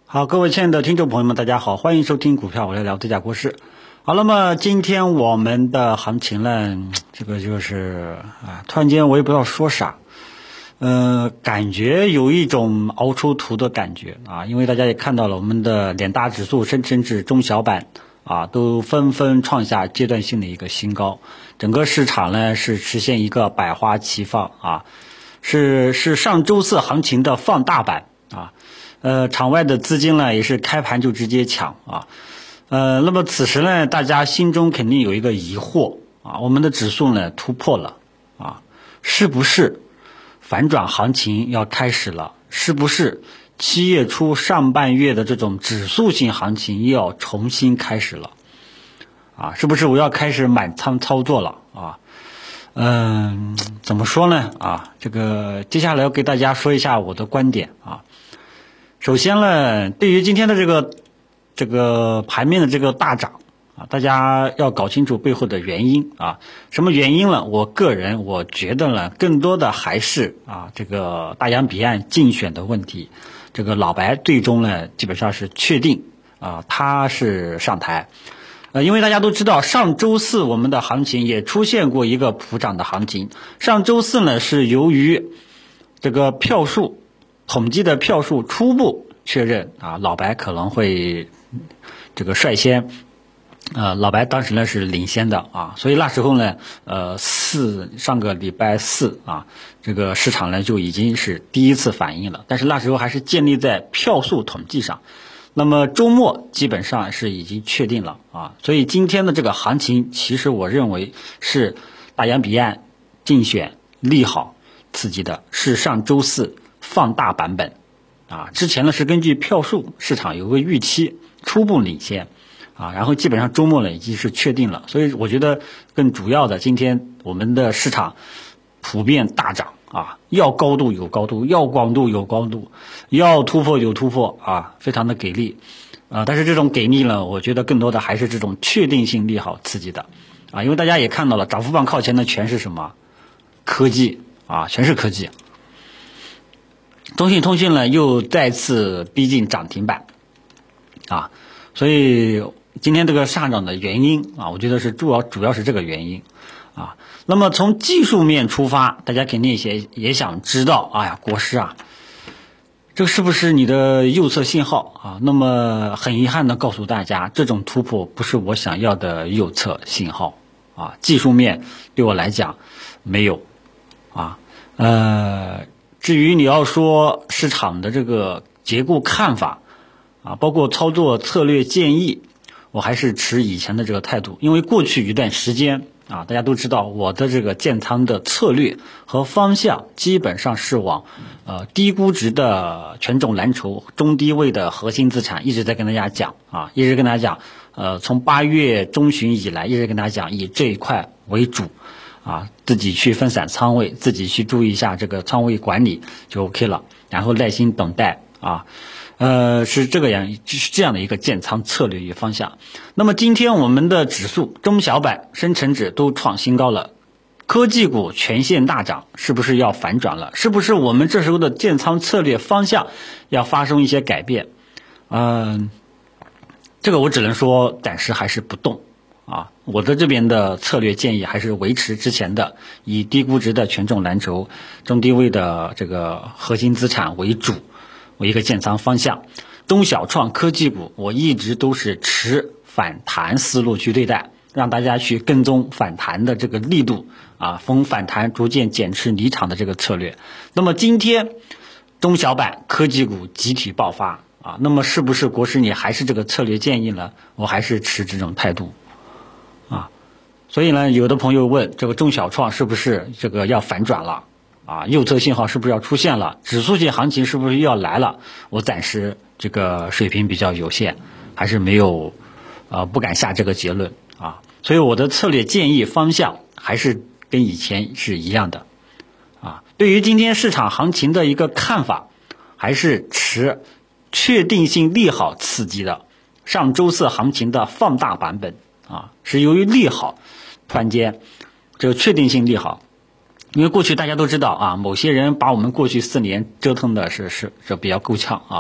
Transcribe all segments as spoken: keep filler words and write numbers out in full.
好，各位亲爱的听众朋友们，大家好，欢迎收听股票我来聊这家国事。好，那么今天我们的行情呢，这个就是啊，突然间我也不知道说啥，呃，感觉有一种熬出图的感觉啊，因为大家也看到了，我们的两大指数、深成指、中小板啊，都纷纷创下阶段性的一个新高，整个市场呢是实现一个百花齐放啊，是是上周四行情的放大版啊。呃，场外的资金呢也是开盘就直接抢啊，呃，那么此时呢，大家心中肯定有一个疑惑啊，我们的指数呢突破了啊，是不是反转行情要开始了？是不是七月初上半月的这种指数性行情要重新开始了？啊，是不是我要开始满仓操作了啊？嗯，怎么说呢？啊，这个接下来要给大家说一下我的观点啊。首先呢，对于今天的这个这个盘面的这个大涨啊，大家要搞清楚背后的原因啊。什么原因呢？我个人我觉得呢，更多的还是啊这个大洋彼岸竞选的问题。这个老白最终呢，基本上是确定啊他是上台。呃，因为大家都知道，上周四我们的行情也出现过一个普涨的行情。上周四呢，是由于这个票数。统计的票数初步确认啊，老白可能会这个率先，呃，老白当时呢是领先的啊，所以那时候呢，呃，四上个礼拜四啊，这个市场呢就已经是第一次反应了，但是那时候还是建立在票数统计上。那么周末基本上是已经确定了啊，所以今天的这个行情，其实我认为是大洋彼岸竞选利好刺激的，是上周四放大版本啊，之前呢是根据票数市场有个预期初步领先啊，然后基本上周末呢已经是确定了，所以我觉得更主要的今天我们的市场普遍大涨啊，要高度有高度，要广度有高度，要突破有突破啊，非常的给力啊，但是这种给力呢，我觉得更多的还是这种确定性利好刺激的啊，因为大家也看到了，涨幅榜靠前的全是什么科技啊，全是科技。中信通讯呢又再次逼近涨停板啊，所以今天这个上涨的原因啊，我觉得是主要主要是这个原因啊。那么从技术面出发，大家肯定也也想知道，哎呀，国师啊，这个是不是你的右侧信号啊？那么很遗憾的告诉大家，这种突破不是我想要的右侧信号啊。技术面对我来讲没有啊，呃。至于你要说市场的这个结构看法啊，包括操作策略建议，我还是持以前的这个态度。因为过去一段时间啊，大家都知道我的这个建仓的策略和方向基本上是往呃低估值的权重蓝筹、中低位的核心资产，一直在跟大家讲啊，一直跟大家讲，呃，从八月中旬以来一直跟大家讲以这一块为主。啊，自己去分散仓位，自己去注意一下这个仓位管理就 OK 了，然后耐心等待啊，呃，是这个样，是这样的一个建仓策略与方向。那么今天我们的指数、中小板、深成指都创新高了，科技股全线大涨，是不是要反转了？是不是我们这时候的建仓策略方向要发生一些改变？嗯、呃，这个我只能说暂时还是不动。啊，我的这边的策略建议还是维持之前的，以低估值的权重蓝筹、中低位的这个核心资产为主，为一个建仓方向。中小创科技股，我一直都是持反弹思路去对待，让大家去跟踪反弹的这个力度啊，逢反弹逐渐减持离场的这个策略。那么今天中小板科技股集体爆发啊，那么是不是国师你还是这个策略建议呢？我还是持这种态度。啊，所以呢，有的朋友问这个中小创是不是这个要反转了啊？右侧信号是不是要出现了？指数性行情是不是又要来了？我暂时这个水平比较有限，还是没有，呃，不敢下这个结论啊。所以我的策略建议方向还是跟以前是一样的啊。对于今天市场行情的一个看法，还是持确定性利好刺激的上周四行情的放大版本。啊，是由于利好，突然间这个确定性利好，因为过去大家都知道啊，某些人把我们过去四年折腾的是是是比较够呛啊，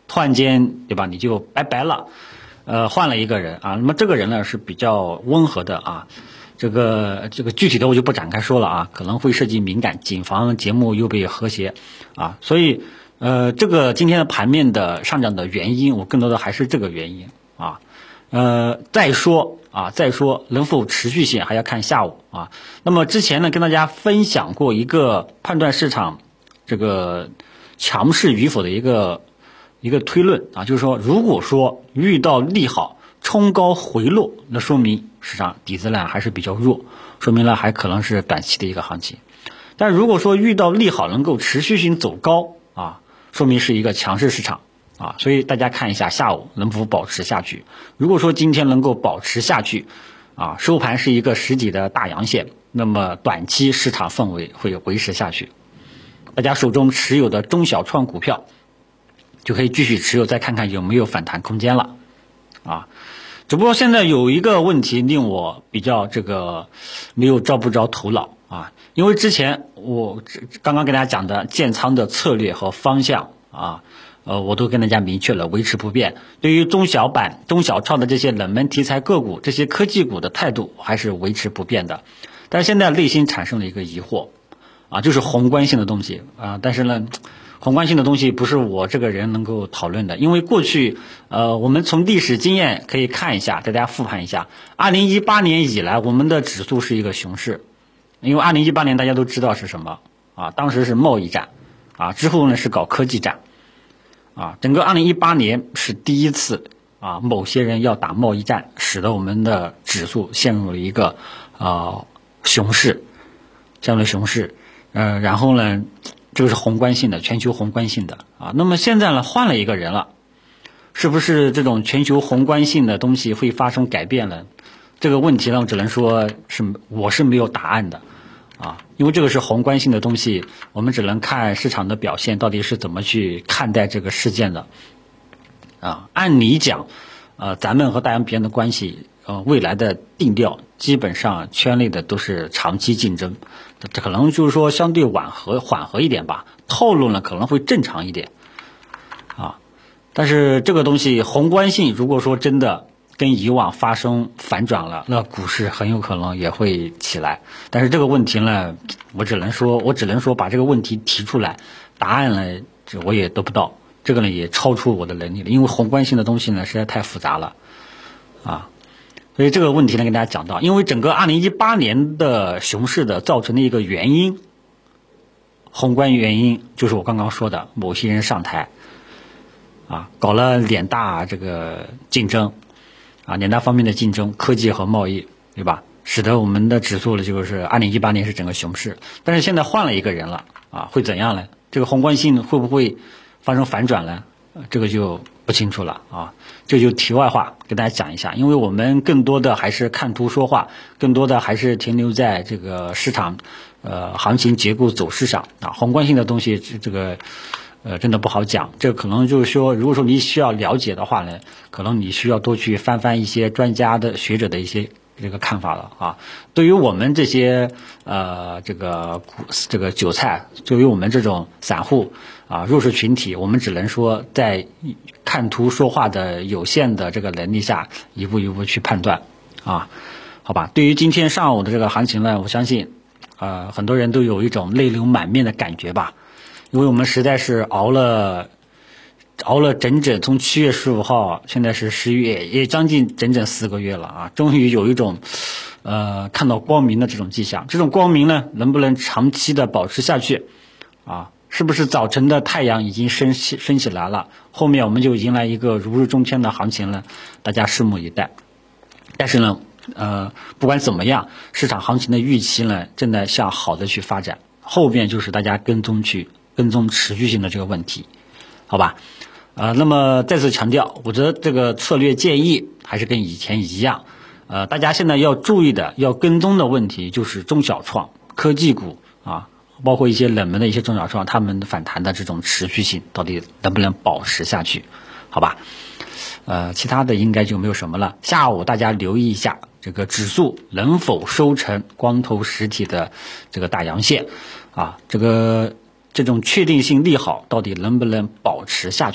突然间对吧，你就拜拜了，呃，换了一个人啊，那么这个人呢是比较温和的啊。这个这个具体的我就不展开说了啊，可能会涉及敏感，谨防节目又被和谐啊。所以呃，这个今天的盘面的上涨的原因，我更多的还是这个原因啊。呃，再说啊，再说能否持续性还要看下午啊。那么之前呢，跟大家分享过一个判断市场这个强势与否的一个一个推论啊，就是说，如果说遇到利好冲高回落，那说明市场底子呢还是比较弱，说明呢还可能是短期的一个行情。但如果说遇到利好能够持续性走高啊，说明是一个强势市场啊。所以大家看一下下午能否保持下去。如果说今天能够保持下去啊，收盘是一个实体的大阳线，那么短期市场氛围会维持下去。大家手中持有的中小创股票就可以继续持有，再看看有没有反弹空间了啊。只不过现在有一个问题令我比较这个没有招不着头脑啊，因为之前我刚刚跟大家讲的建仓的策略和方向啊，呃，我都跟大家明确了，维持不变。对于中小板、中小创的这些冷门题材个股、这些科技股的态度还是维持不变的。但是现在内心产生了一个疑惑啊，就是宏观性的东西啊，但是呢。宏观性的东西不是我这个人能够讨论的，因为过去呃，我们从历史经验可以看一下，大家复盘一下，二零一八年以来我们的指数是一个熊市，因为二零一八年大家都知道是什么啊，当时是贸易战啊，之后呢是搞科技战啊，整个二零一八年是第一次啊，某些人要打贸易战，使得我们的指数陷入了一个呃熊市，陷入了熊市，呃，然后呢。这个是宏观性的，全球宏观性的啊。那么现在呢，换了一个人了，是不是这种全球宏观性的东西会发生改变呢？这个问题呢，我只能说是我是没有答案的啊，因为这个是宏观性的东西，我们只能看市场的表现到底是怎么去看待这个事件的啊。按理讲，呃，咱们和大洋彼岸的关系，呃，未来的定调基本上圈内的都是长期竞争。这可能就是说相对缓和缓和一点吧，套路呢可能会正常一点啊。但是这个东西宏观性如果说真的跟以往发生反转了，那股市很有可能也会起来。但是这个问题呢，我只能说我只能说把这个问题提出来，答案呢这我也得不到，这个呢也超出我的能力了，因为宏观性的东西呢实在太复杂了啊。所以这个问题呢，跟大家讲到，因为整个二零一八年的熊市的造成的一个原因，宏观原因就是我刚刚说的，某些人上台，啊，搞了两大这个竞争，啊，两大方面的竞争，科技和贸易，对吧？使得我们的指数呢，就是二零一八年是整个熊市，但是现在换了一个人了，啊，会怎样呢？这个宏观性会不会发生反转呢？这个就不清楚了啊，这就题外话跟大家讲一下，因为我们更多的还是看图说话，更多的还是停留在这个市场呃行情结构走势上啊，宏观性的东西这个呃真的不好讲，这可能就是说，如果说你需要了解的话呢，可能你需要多去翻翻一些专家的学者的一些这个看法了啊。对于我们这些呃这个这个韭菜，对于我们这种散户啊弱势群体，我们只能说在看图说话的有限的这个能力下，一步一步去判断啊，好吧。对于今天上午的这个行情呢，我相信呃很多人都有一种泪流满面的感觉吧，因为我们实在是熬了。熬了整整从七月十五号，现在是十一月，也将近整整四个月了啊！终于有一种，呃，看到光明的这种迹象。这种光明呢，能不能长期的保持下去？啊，是不是早晨的太阳已经升起升起来了？后面我们就迎来一个如日中天的行情了，大家拭目以待。但是呢，呃，不管怎么样，市场行情的预期呢，正在向好的去发展。后面就是大家跟踪去跟踪持续性的这个问题，好吧？呃，那么再次强调，我觉得这个策略建议还是跟以前一样。呃，大家现在要注意的、要跟踪的问题就是中小创、科技股啊，包括一些冷门的一些中小创，他们反弹的这种持续性到底能不能保持下去？好吧？呃，其他的应该就没有什么了。下午大家留意一下这个指数能否收成光头实体的这个大阳线啊，这个这种确定性利好到底能不能保持下去？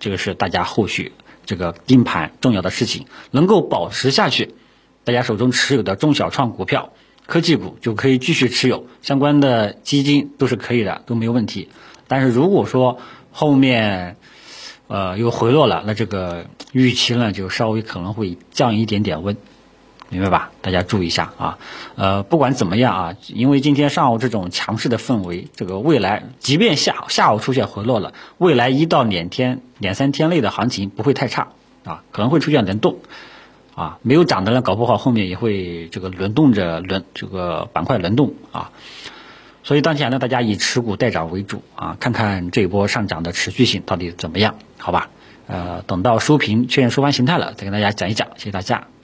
这个是大家后续这个盯盘重要的事情，能够保持下去，大家手中持有的中小创股票、科技股就可以继续持有，相关的基金都是可以的，都没有问题。但是如果说后面呃又回落了，那这个预期呢就稍微可能会降一点点温。明白吧？大家注意一下啊，呃，不管怎么样啊，因为今天上午这种强势的氛围，这个未来即便下下午出现回落了，未来一到两天、两三天内的行情不会太差啊，可能会出现轮动啊，没有涨的呢，搞不好后面也会这个轮动着轮这个板块轮动啊，所以当前呢，大家以持股待涨为主啊，看看这一波上涨的持续性到底怎么样，好吧？呃，等到收评确认收盘形态了，再跟大家讲一讲，谢谢大家。